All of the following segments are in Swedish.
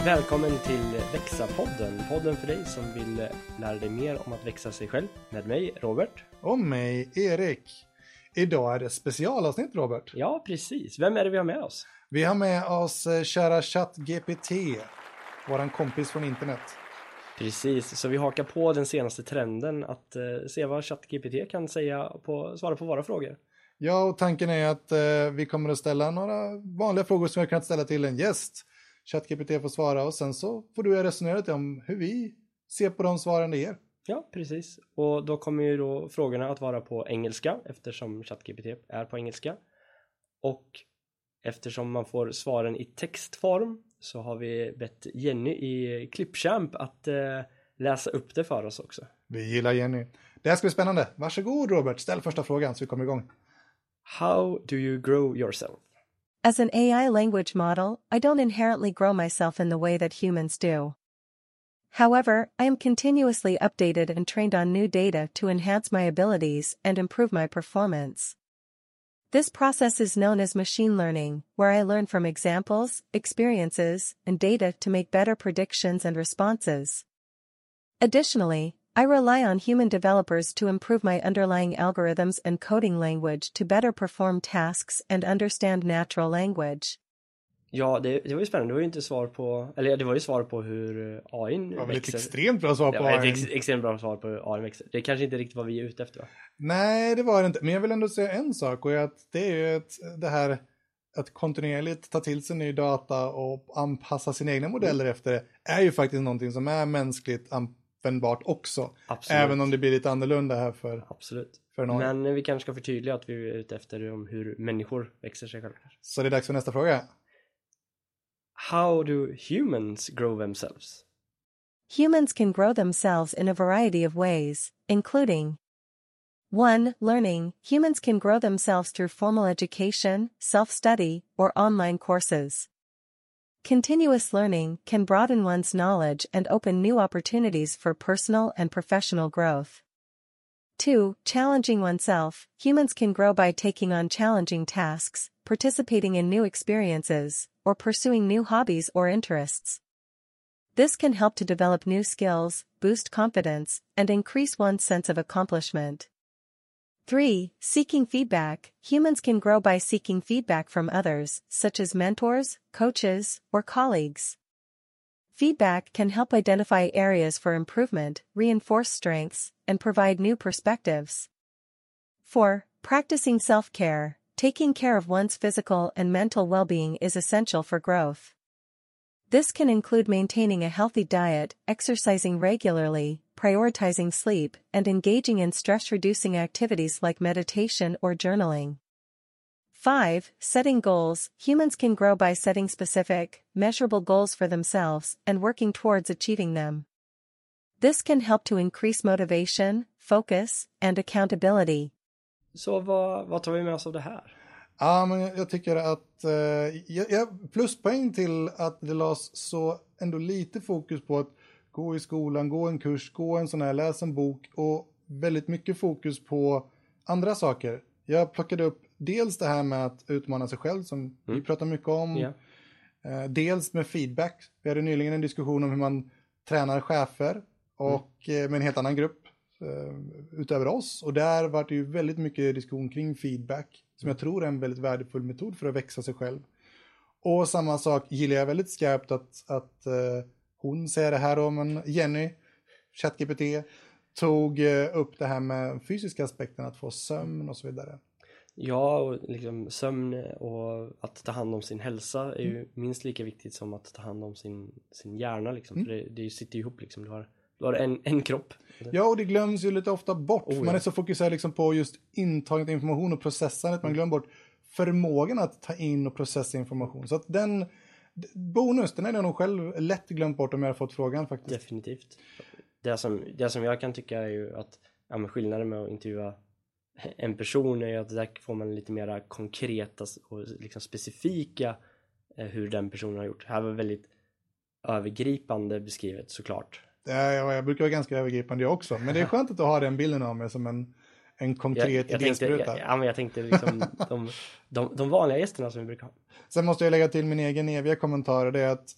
Välkommen till Växa-podden. Podden för dig som vill lära dig mer om att växa sig själv. Med mig, Robert. Och mig, Erik. Idag är det specialavsnitt, Robert. Ja, precis. Vem är det vi har med oss? Vi har med oss kära ChatGPT, våran kompis från internet. Precis, så vi hakar på den senaste trenden att se vad ChatGPT kan svara på våra frågor. Ja, och tanken är att vi kommer att ställa några vanliga frågor som vi har kunnat ställa till en gäst. ChatGPT får svara och sen så får du resonera lite om hur vi ser på de svaren det ger. Ja, precis. Och då kommer ju då frågorna att vara på engelska eftersom ChatGPT är på engelska. Och eftersom man får svaren i textform så har vi bett Jenny i Clipchamp att läsa upp det för oss också. Vi gillar Jenny. Det här ska bli spännande. Varsågod, Robert, ställ första frågan så vi kommer igång. How do you grow yourself? As an AI language model, I don't inherently grow myself in the way that humans do. However, I am continuously updated and trained on new data to enhance my abilities and improve my performance. This process is known as machine learning, where I learn from examples, experiences, and data to make better predictions and responses. Additionally, I rely on human developers to improve my underlying algorithms and coding language to better perform tasks and understand natural language. Ja, det var ju spännande. Det var ju inte svar på, eller det var ju svar på hur AI växer. Det var väl ett extremt bra svar på AI. Ett extremt bra svar på hur AI växer. Det är kanske inte riktigt vad vi är ute efter, va? Nej, det var det inte. Men jag vill ändå säga en sak, och att det är ju det här att kontinuerligt ta till sig ny data och anpassa sina egna modeller efter det är ju faktiskt någonting som är mänskligt användbart också. Absolut. Även om det blir lite annorlunda här för någon. Men vi kanske ska förtydliga att vi är ute efter om hur människor växer sig själva. Så det är dags för nästa fråga. How do humans grow themselves? Humans can grow themselves in a variety of ways, including 1. Learning. Humans can grow themselves through formal education, self-study, or online courses. Continuous learning can broaden one's knowledge and open new opportunities for personal and professional growth. 2. Challenging oneself. Humans can grow by taking on challenging tasks, participating in new experiences, or pursuing new hobbies or interests. This can help to develop new skills, boost confidence, and increase one's sense of accomplishment. 3. Seeking feedback. Humans can grow by seeking feedback from others, such as mentors, coaches, or colleagues. Feedback can help identify areas for improvement, reinforce strengths, and provide new perspectives. 4. Practicing self-care. Taking care of one's physical and mental well-being is essential for growth. This can include maintaining a healthy diet, exercising regularly, prioritizing sleep, and engaging in stress-reducing activities like meditation or journaling. 5. Setting goals. Humans can grow by setting specific, measurable goals for themselves and working towards achieving them. This can help to increase motivation, focus, and accountability. Så vad tar vi med oss av det här? Ja, men jag tycker att pluspoäng till att det lades så ändå lite fokus på att gå i skolan, gå en kurs, gå en sån här, läsa en bok och väldigt mycket fokus på andra saker. Jag plockade upp dels det här med att utmana sig själv som vi pratar mycket om. Yeah. Dels med feedback. Vi hade nyligen en diskussion om hur man tränar chefer och med en helt annan grupp utöver oss. Och där var det ju väldigt mycket diskussion kring feedback som jag tror är en väldigt värdefull metod för att växa sig själv. Och samma sak gillar jag väldigt skarpt att hon säger det här om en Jenny, ChatGPT, tog upp det här med fysiska aspekten, att få sömn och så vidare. Ja, och liksom sömn och att ta hand om sin hälsa är ju minst lika viktigt som att ta hand om sin hjärna liksom. För det sitter ihop liksom. Du har en kropp. Ja, och det glöms ju lite ofta bort. Man är så fokuserad liksom på just intaget information och processandet. Man glömmer bort förmågan att ta in och processa information. Så att den är nog själv lätt glömt bort om jag har fått frågan faktiskt. Definitivt. Det som jag kan tycka är ju att skillnaden med att intervjua en person är ju att där får man lite mer konkreta och liksom specifika hur den personen har gjort. Här var väldigt övergripande beskrivet såklart. Ja, jag brukar vara ganska övergripande jag också. Men det är skönt att du har den bilden av mig som en konkret idéspruta. Jag tänkte liksom de vanliga gästerna som vi brukar ha. Sen måste jag lägga till min egen eviga kommentar. Det är att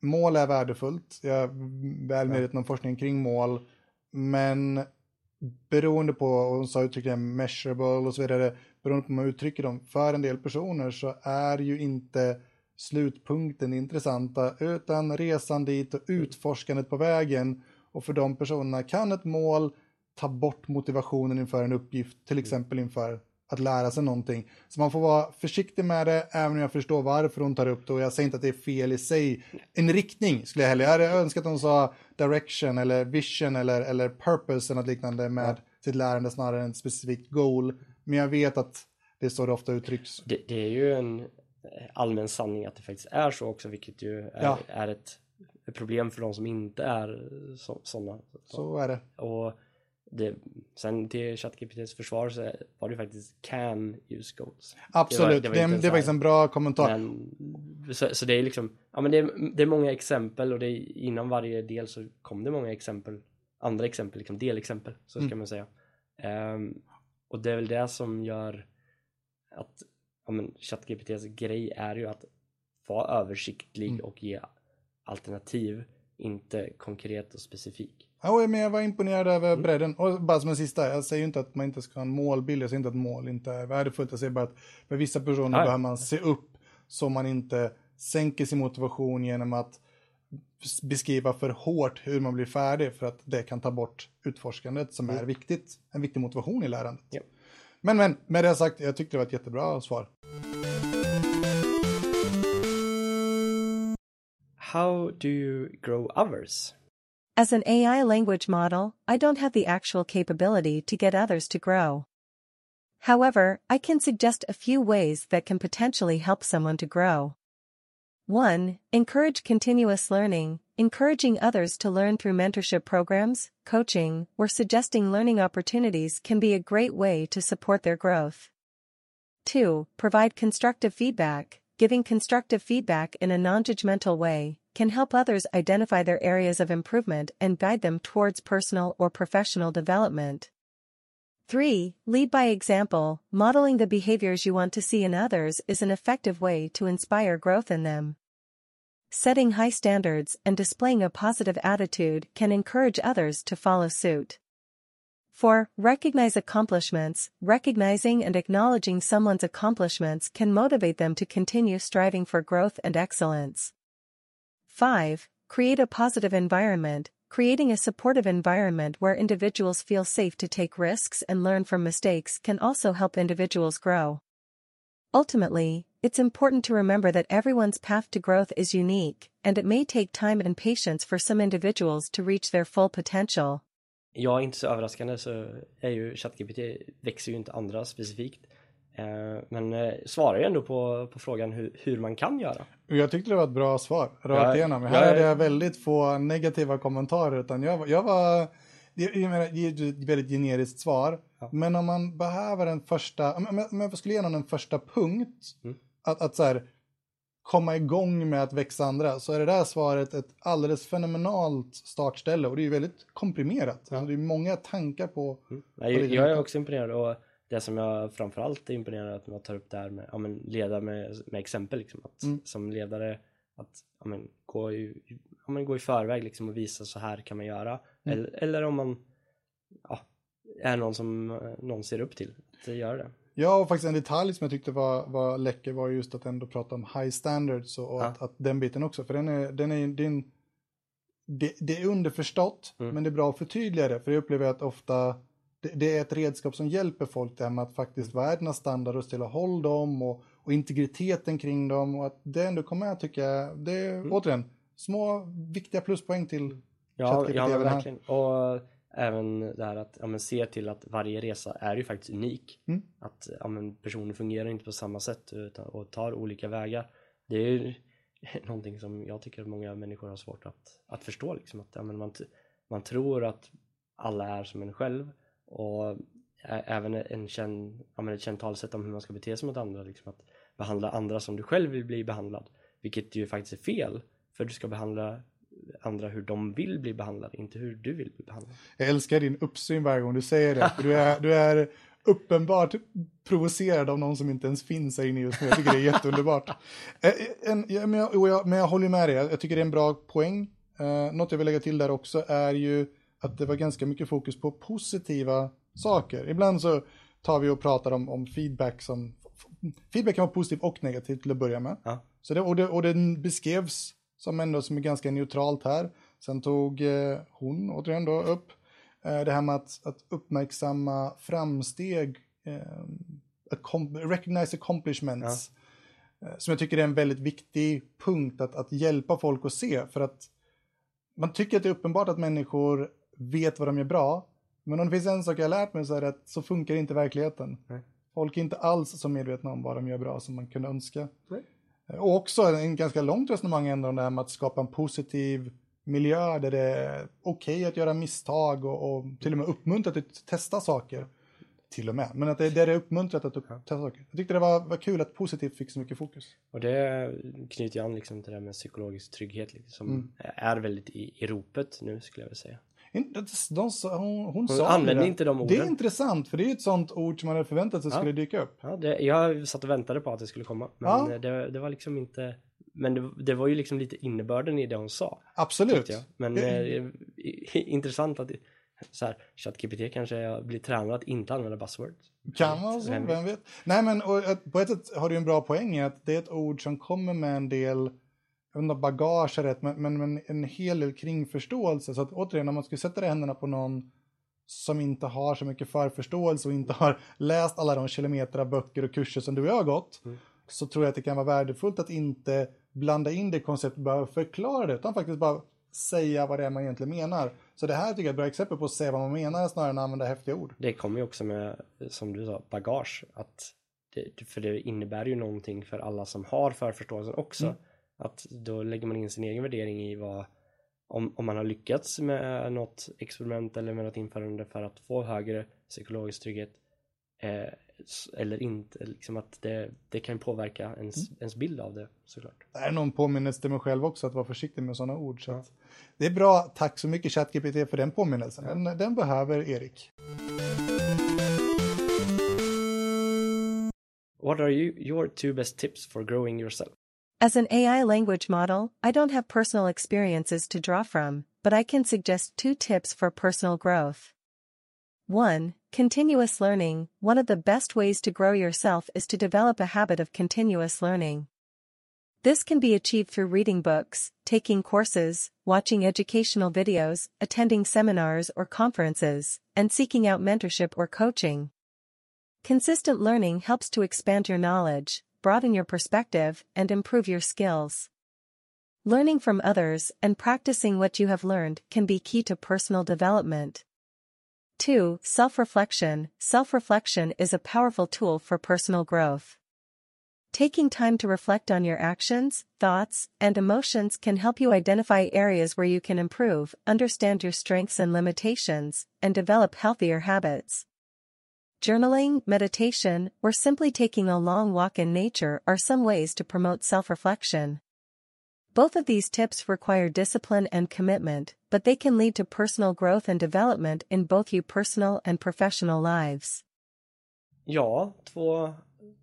mål är värdefullt. Jag är väl medveten om forskningen kring mål. Men beroende på, och hon sa uttryckligen measurable och så vidare, beroende på hur man uttrycker dem, för en del personer så är ju inte slutpunkten intressanta, utan resan dit och utforskandet på vägen. Och för de personerna kan ett mål ta bort motivationen inför en uppgift, till exempel inför att lära sig någonting. Så man får vara försiktig med det, även om jag förstår varför hon tar upp det. Och jag säger inte att det är fel i sig. En riktning skulle jag hellre. Jag hade önskat att hon sa direction eller vision eller purpose eller något liknande med sitt lärande snarare än ett specifikt goal. Men jag vet att det är så det ofta uttrycks. Det är ju en allmän sanning att det faktiskt är så också, vilket ju är ett problem för de som inte är sådana. Så är det. Och sen till ChatGPT:s försvar så var det faktiskt can use goals. Absolut, det är faktiskt en bra kommentar. Men, så det är liksom, ja men det är många exempel, och det är, inom varje del så kom det många exempel, andra exempel, liksom delexempel, så ska man säga. Och det är väl det som gör att ChatGPTs grej är ju att vara översiktlig och ge alternativ, inte konkret och specifik. Ja, men jag var imponerad över bredden. Och bara som en sista, jag säger ju inte att man inte ska ha en målbild. Jag säger inte att mål inte är värdefullt. Jag säger bara att för vissa personer behöver man se upp så man inte sänker sin motivation genom att beskriva för hårt hur man blir färdig, för att det kan ta bort utforskandet som är viktigt. En viktig motivation i lärandet. Ja. Men med det sagt, jag tyckte det var ett jättebra svar. How do you grow others? As an AI language model, I don't have the actual capability to get others to grow. However, I can suggest a few ways that can potentially help someone to grow. 1. Encourage continuous learning. Encouraging others to learn through mentorship programs, coaching, or suggesting learning opportunities can be a great way to support their growth. 2. Provide constructive feedback. Giving constructive feedback in a non-judgmental way can help others identify their areas of improvement and guide them towards personal or professional development. 3. Lead by example. Modeling the behaviors you want to see in others is an effective way to inspire growth in them. Setting high standards and displaying a positive attitude can encourage others to follow suit. 4. Recognize accomplishments. Recognizing and acknowledging someone's accomplishments can motivate them to continue striving for growth and excellence. 5. Create a positive environment. Creating a supportive environment where individuals feel safe to take risks and learn from mistakes can also help individuals grow. Ultimately, it's important to remember that everyone's path to growth is unique, and it may take time and patience for some individuals to reach their full potential. Ja, inte så överraskande så är ju ChatGPT växer ju inte andra specifikt. Men svarar ju ändå på frågan hur man kan göra. Jag tyckte det var ett bra svar, rakt igenom. Här hade jag väldigt få negativa kommentarer, utan jag var det är ett väldigt generiskt svar. Ja. Men om man behöver en första, om jag skulle ge någon en första punkt, att så här, komma igång med att växa andra, så är det där svaret ett alldeles fenomenalt startställe, och det är ju väldigt komprimerat. Ja. Alltså det är många tankar på... Jag är också imponerad, och det som jag framförallt är imponerad av att man tar upp det här med leda med exempel liksom, att som ledare att gå i förväg liksom, och visa så här kan man göra, eller om man är någon som någon ser upp till att göra det. Ja, och faktiskt en detalj som jag tyckte var läcker var just att ändå prata om high standards och att den biten också, för det är underförstått, men det är bra att förtydliga det, för jag upplever att ofta det är ett redskap som hjälper folk där med att faktiskt värdena standard och ställa håll dem och integriteten kring dem, och att det ändå kommer jag tycka, det är återigen små viktiga pluspoäng till ChatGPT. Ja, verkligen. Och även det här att se till att varje resa är ju faktiskt unik. Att personer fungerar inte på samma sätt och tar olika vägar. Det är ju någonting som jag tycker att många människor har svårt att förstå. Liksom, att man tror att alla är som en själv. Och även ett känt talsätt om hur man ska bete sig mot andra. Liksom, att behandla andra som du själv vill bli behandlad. Vilket ju faktiskt är fel. För du ska behandla andra hur de vill bli behandlade, inte hur du vill bli behandlad. Jag älskar din uppsyn varje gång du säger det. Du är uppenbart provocerad av någon som inte ens finns här inne just nu. Jag tycker det är jätteunderbart. Men jag håller med dig. Jag tycker det är en bra poäng. Något jag vill lägga till där också är ju att det var ganska mycket fokus på positiva saker. Ibland så tar vi och pratar om feedback som... Feedback kan vara positiv och negativ till att börja med. Ja. Så det beskrevs som ändå som är ganska neutralt här. Sen tog hon återigen då upp det här med att uppmärksamma framsteg, recognize accomplishments, som jag tycker är en väldigt viktig punkt att hjälpa folk att se. För att man tycker att det är uppenbart att människor vet vad de gör bra, men om det finns en sak jag har lärt mig så är det att så funkar inte verkligheten. Nej. Folk är inte alls så medvetna om vad de gör bra som man kunde önska. Nej. Och också en ganska långt resonemang ändå om det här med att skapa en positiv miljö där det är okej att göra misstag och till och med uppmuntrat att testa saker. Till och med. Men att det är uppmuntrat att testa saker. Jag tyckte det var kul att positivt fick så mycket fokus. Och det knyter ju an liksom till det här med psykologisk trygghet liksom, som är väldigt i ropet nu skulle jag vilja säga. Hon sa använde inte de orden. Det är intressant, för det är ett sånt ord som man hade förväntat sig skulle dyka upp. Ja, jag satt och väntade på att det skulle komma. Men det var liksom inte... Men det var ju liksom lite innebörden i det hon sa. Absolut. Men intressant att så här, ChatGPT kanske blir tränad att inte använda buzzwords. Kan vara så, vem vet. Nej, men på ett sätt har du en bra poäng i att det är ett ord som kommer med en del... Jag vet inte om bagage är rätt, men en hel del kringförståelse. Så att återigen, om man skulle sätta det i händerna på någon som inte har så mycket förförståelse och inte har läst alla de kilometer av böcker och kurser som du och jag har gått, så tror jag att det kan vara värdefullt att inte blanda in det konceptet och bara förklara det, utan faktiskt bara säga vad det är man egentligen menar. Så det här tycker jag är ett bra exempel på att säga vad man menar snarare än att använda häftiga ord. Det kommer ju också med, som du sa, bagage. För det innebär ju någonting för alla som har förförståelsen också. Att då lägger man in sin egen värdering i om man har lyckats med något experiment eller med något införande för att få högre psykologisk trygghet eller inte. Liksom att det kan påverka ens bild av det, såklart. Det är någon påminnelse till mig själv också att vara försiktig med sådana ord. Så att det är bra. Tack så mycket ChatGPT för den påminnelsen. Den behöver Erik. What are your 2 best tips for growing yourself? As an AI language model, I don't have personal experiences to draw from, but I can suggest 2 tips for personal growth. 1. Continuous learning. One of the best ways to grow yourself is to develop a habit of continuous learning. This can be achieved through reading books, taking courses, watching educational videos, attending seminars or conferences, and seeking out mentorship or coaching. Consistent learning helps to expand your knowledge, broaden your perspective, and improve your skills. Learning from others and practicing what you have learned can be key to personal development. 2. Self-reflection. Self-reflection is a powerful tool for personal growth. Taking time to reflect on your actions, thoughts, and emotions can help you identify areas where you can improve, understand your strengths and limitations, and develop healthier habits. Journaling, meditation, or simply taking a long walk in nature are some ways to promote self-reflection. Both of these tips require discipline and commitment, but they can lead to personal growth and development in both your personal and professional lives. Ja, 2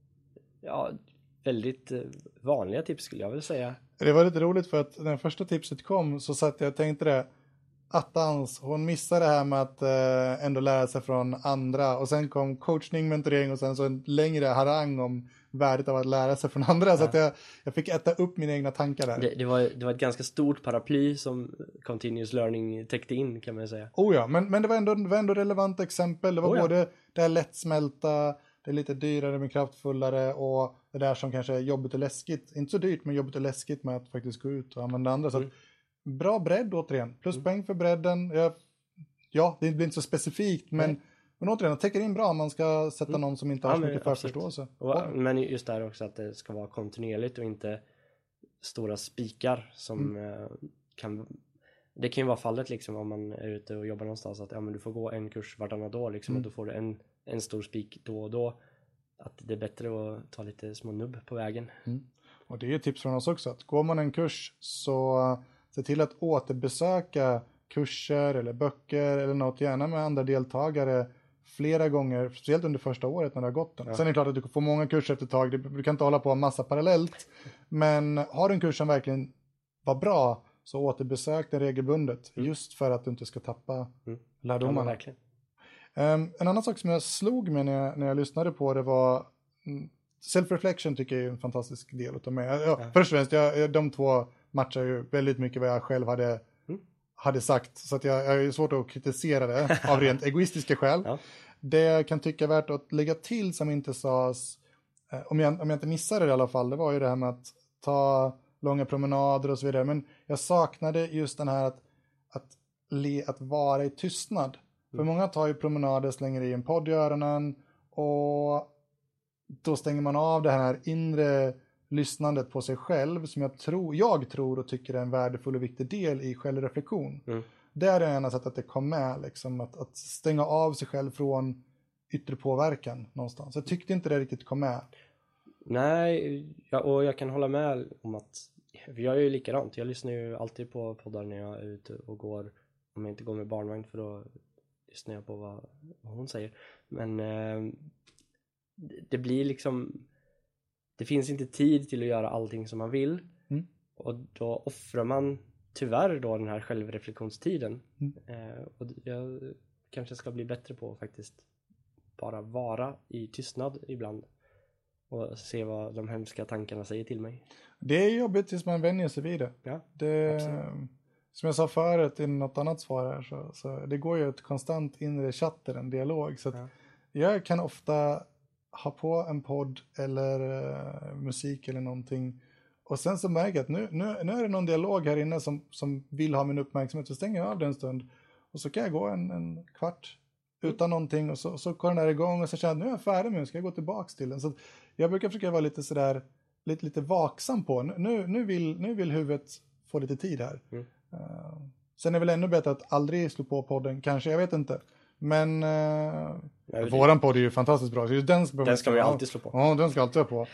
väldigt vanliga tips skulle jag vilja säga. Det var lite roligt för att när första tipset kom så satt jag och tänkte det. Attans, hon missade det här med att ändå lära sig från andra. Och sen kom coachning, mentorering och sen så en längre harang om värdet av att lära sig från andra. Så att jag fick äta upp mina egna tankar där. Det var ett ganska stort paraply som continuous learning täckte in, kan man säga. Oh ja, men det var ändå relevanta exempel. Det var både det här lättsmälta, det är lite dyrare men kraftfullare, och det där som kanske är jobbigt och läskigt. Inte så dyrt, men jobbigt och läskigt med att faktiskt gå ut och använda andra. Så att, bra bredd återigen. Pluspoäng för bredden. Ja, det blir inte så specifikt, men återigen, det täcker in bra om man ska sätta någon som inte har så mycket förförståelse. Men just där också att det ska vara kontinuerligt och inte stora spikar som det kan ju vara fallet liksom om man är ute och jobbar någonstans att men du får gå en kurs vartannat år liksom, och då får du en stor spik då och då. Att det är bättre att ta lite små nubb på vägen. Och det är ett tips från oss också, att går man en kurs så se till att återbesöka kurser eller böcker eller något, gärna med andra deltagare, flera gånger, speciellt under första året när det har gått den. Sen är det klart att du får många kurser efter ett tag, du kan inte hålla på en massa parallellt. Men har du en kurs som verkligen var bra, så återbesök den regelbundet. Just för att du inte ska tappa lärdomarna. Ja, verkligen. En annan sak som jag slog med när jag lyssnade på det var self-reflection tycker jag är en fantastisk del att ta med. Först och främst, de två matchar ju väldigt mycket vad jag själv hade sagt. Så att jag är svårt att kritisera det av rent egoistiska skäl. Ja. Det jag kan tycka är värt att lägga till som inte sades, om jag inte missade det i alla fall, det var ju det här med att ta långa promenader och så vidare. Men jag saknade just den här att vara i tystnad. För många tar ju promenader, slänger i en podd i öronen och då stänger man av det här inre lyssnandet på sig själv som jag tror och tycker är en värdefull och viktig del i självreflektion. Där har jag gärna sett att det kom med, liksom, att stänga av sig själv från yttre påverkan någonstans. Jag tyckte inte det riktigt kom med. Nej, och jag kan hålla med om att jag är ju likadant. Jag lyssnar ju alltid på poddar när jag är ute och går, om jag inte går med barnvagn, för då lyssnar jag på vad hon säger. Men det blir liksom, det finns inte tid till att göra allting som man vill. Och då offrar man tyvärr då den här självreflektionstiden. Och jag kanske ska bli bättre på att faktiskt bara vara i tystnad ibland. Och se vad de hemska tankarna säger till mig. Det är jobbigt tills man vänjer sig vid det. Ja, som jag sa förut i något annat svar här, så det går ju ett konstant inre chatter, en dialog. Så att jag kan ofta ha på en podd eller musik eller någonting. Och sen så märker jag att nu är det någon dialog här inne som vill ha min uppmärksamhet. Så stänger jag av den en stund. Och så kan jag gå en kvart utan någonting. Och så går den där igång och så känner jag att nu är jag färdig med den. Ska jag gå tillbaka till den. Så jag brukar försöka vara lite sådär, lite vaksam på. Nu vill huvudet få lite tid här. Sen är det väl ännu bättre att aldrig slå på podden. Kanske, jag vet inte. Men våran podd är ju fantastiskt bra. Så just den ska vi alltid slå på. Ja, den ska alltid vara på.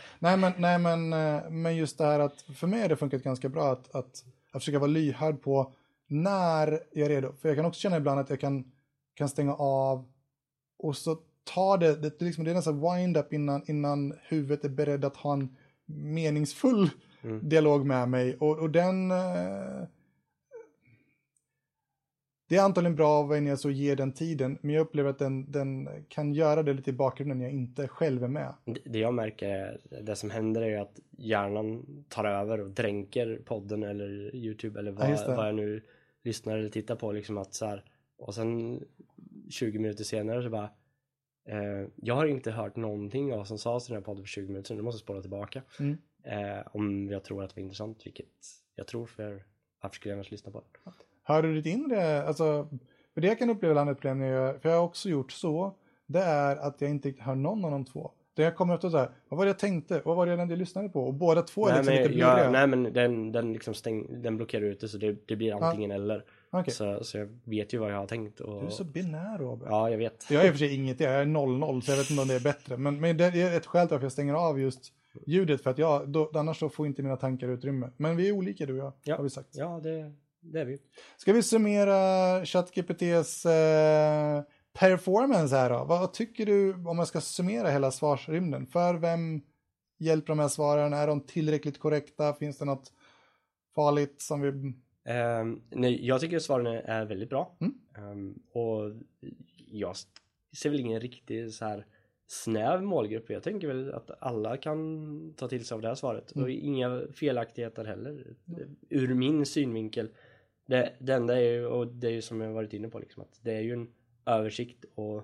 Men just det här att för mig har det funkat ganska bra att försöka vara lyhörd på när jag är redo. För jag kan också känna ibland att jag kan stänga av och så tar det liksom, det är nästan wind-up innan huvudet är beredd att ha en meningsfull dialog med mig. Och den... Det är antagligen bra att vara så ger den tiden. Men jag upplever att den kan göra det lite i bakgrunden när jag inte själv är med. Det jag märker är, det som händer är att hjärnan tar över och dränker podden eller YouTube eller vad jag nu lyssnar eller tittar på. Liksom att så här, och sen 20 minuter senare så bara jag har inte hört någonting av som sades i den här podden för 20 minuter sedan. Du måste spåra tillbaka. Om jag tror att det var intressant, vilket jag tror, för varför skulle jag annars lyssna på det? Hör du ditt inre, alltså, för det jag kan uppleva ett problem när för jag har också gjort så, det är att jag inte hör någon av de två. Det jag kommer efter så här, vad var det jag tänkte, vad var det jag lyssnade på? Och båda två är liksom lite blurriga. Nej, men den liksom den blockerar ut det, så det blir antingen eller. Okay. Så jag vet ju vad jag har tänkt. Och... Du är så binär, Robert. Ja, jag vet. Jag är i och för sig inget, jag är 0-0, så jag vet inte om det är bättre. Men det är ett skäl till att jag stänger av just ljudet, för att annars så får inte mina tankar utrymme. Men vi är olika, du och jag, har vi sagt. Ja, det är vi. Ska vi summera ChatGPT:s performance här då? Vad tycker du om man ska summera hela svarsrymden? För vem hjälper de här svaren? Är de tillräckligt korrekta? Finns det något farligt som vi... Nej, jag tycker att svaren är väldigt bra. Och jag ser väl ingen riktig så här snäv målgrupp. Jag tänker väl att alla kan ta till sig av det här svaret. Och inga felaktigheter heller. Ur min synvinkel. Det enda är ju, och det är ju som jag varit inne på, liksom, att det är ju en översikt och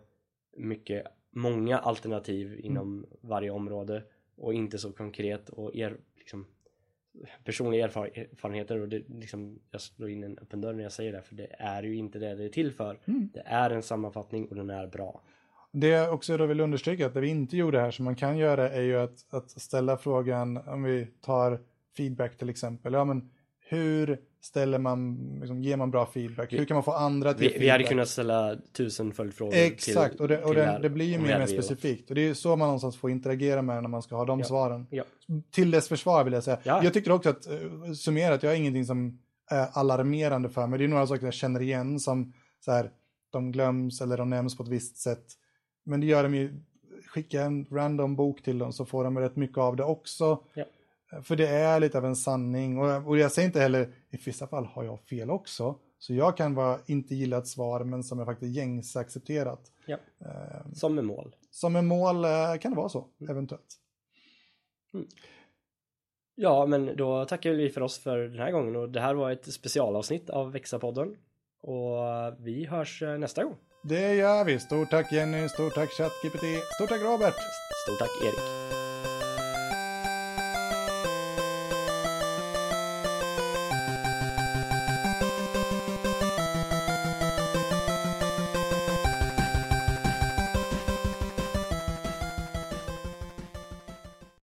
många alternativ inom varje område och inte så konkret och liksom, personliga erfarenheter, och det, liksom, jag slår in en öppen dörr när jag säger det, för det är ju inte det är till för. Det är en sammanfattning och den är bra. Det jag också då vill understryka, att det vi inte gjorde här som man kan göra är ju att ställa frågan, om vi tar feedback till exempel, ja men hur ställer man, liksom, ger man bra feedback? Hur kan man få andra till feedback? Vi hade kunnat ställa 1000 följdfrågor. Exakt, och det blir ju mer specifikt. Och det är så man någonstans får interagera med när man ska ha de svaren. Ja. Till dess försvar vill jag säga. Ja. Jag tycker också att, summerat, jag har ingenting som är alarmerande för mig. Det är några saker jag känner igen som så här, de glöms eller de nämns på ett visst sätt. Men det gör de ju, skicka en random bok till dem så får de rätt mycket av det också. Ja. För det är lite av en sanning. Och jag säger inte heller, i vissa fall har jag fel också. Så jag kan vara inte gilla ett svar men som jag faktiskt gängs accepterat. Ja. Som med mål. Som med mål kan det vara så, eventuellt. Mm. Ja, men då tackar vi för oss för den här gången. Och det här var ett specialavsnitt av Växa-podden. Och vi hörs nästa gång. Det gör vi. Stort tack Jenny, stort tack ChatGPT, stort tack Robert. Stort tack Erik.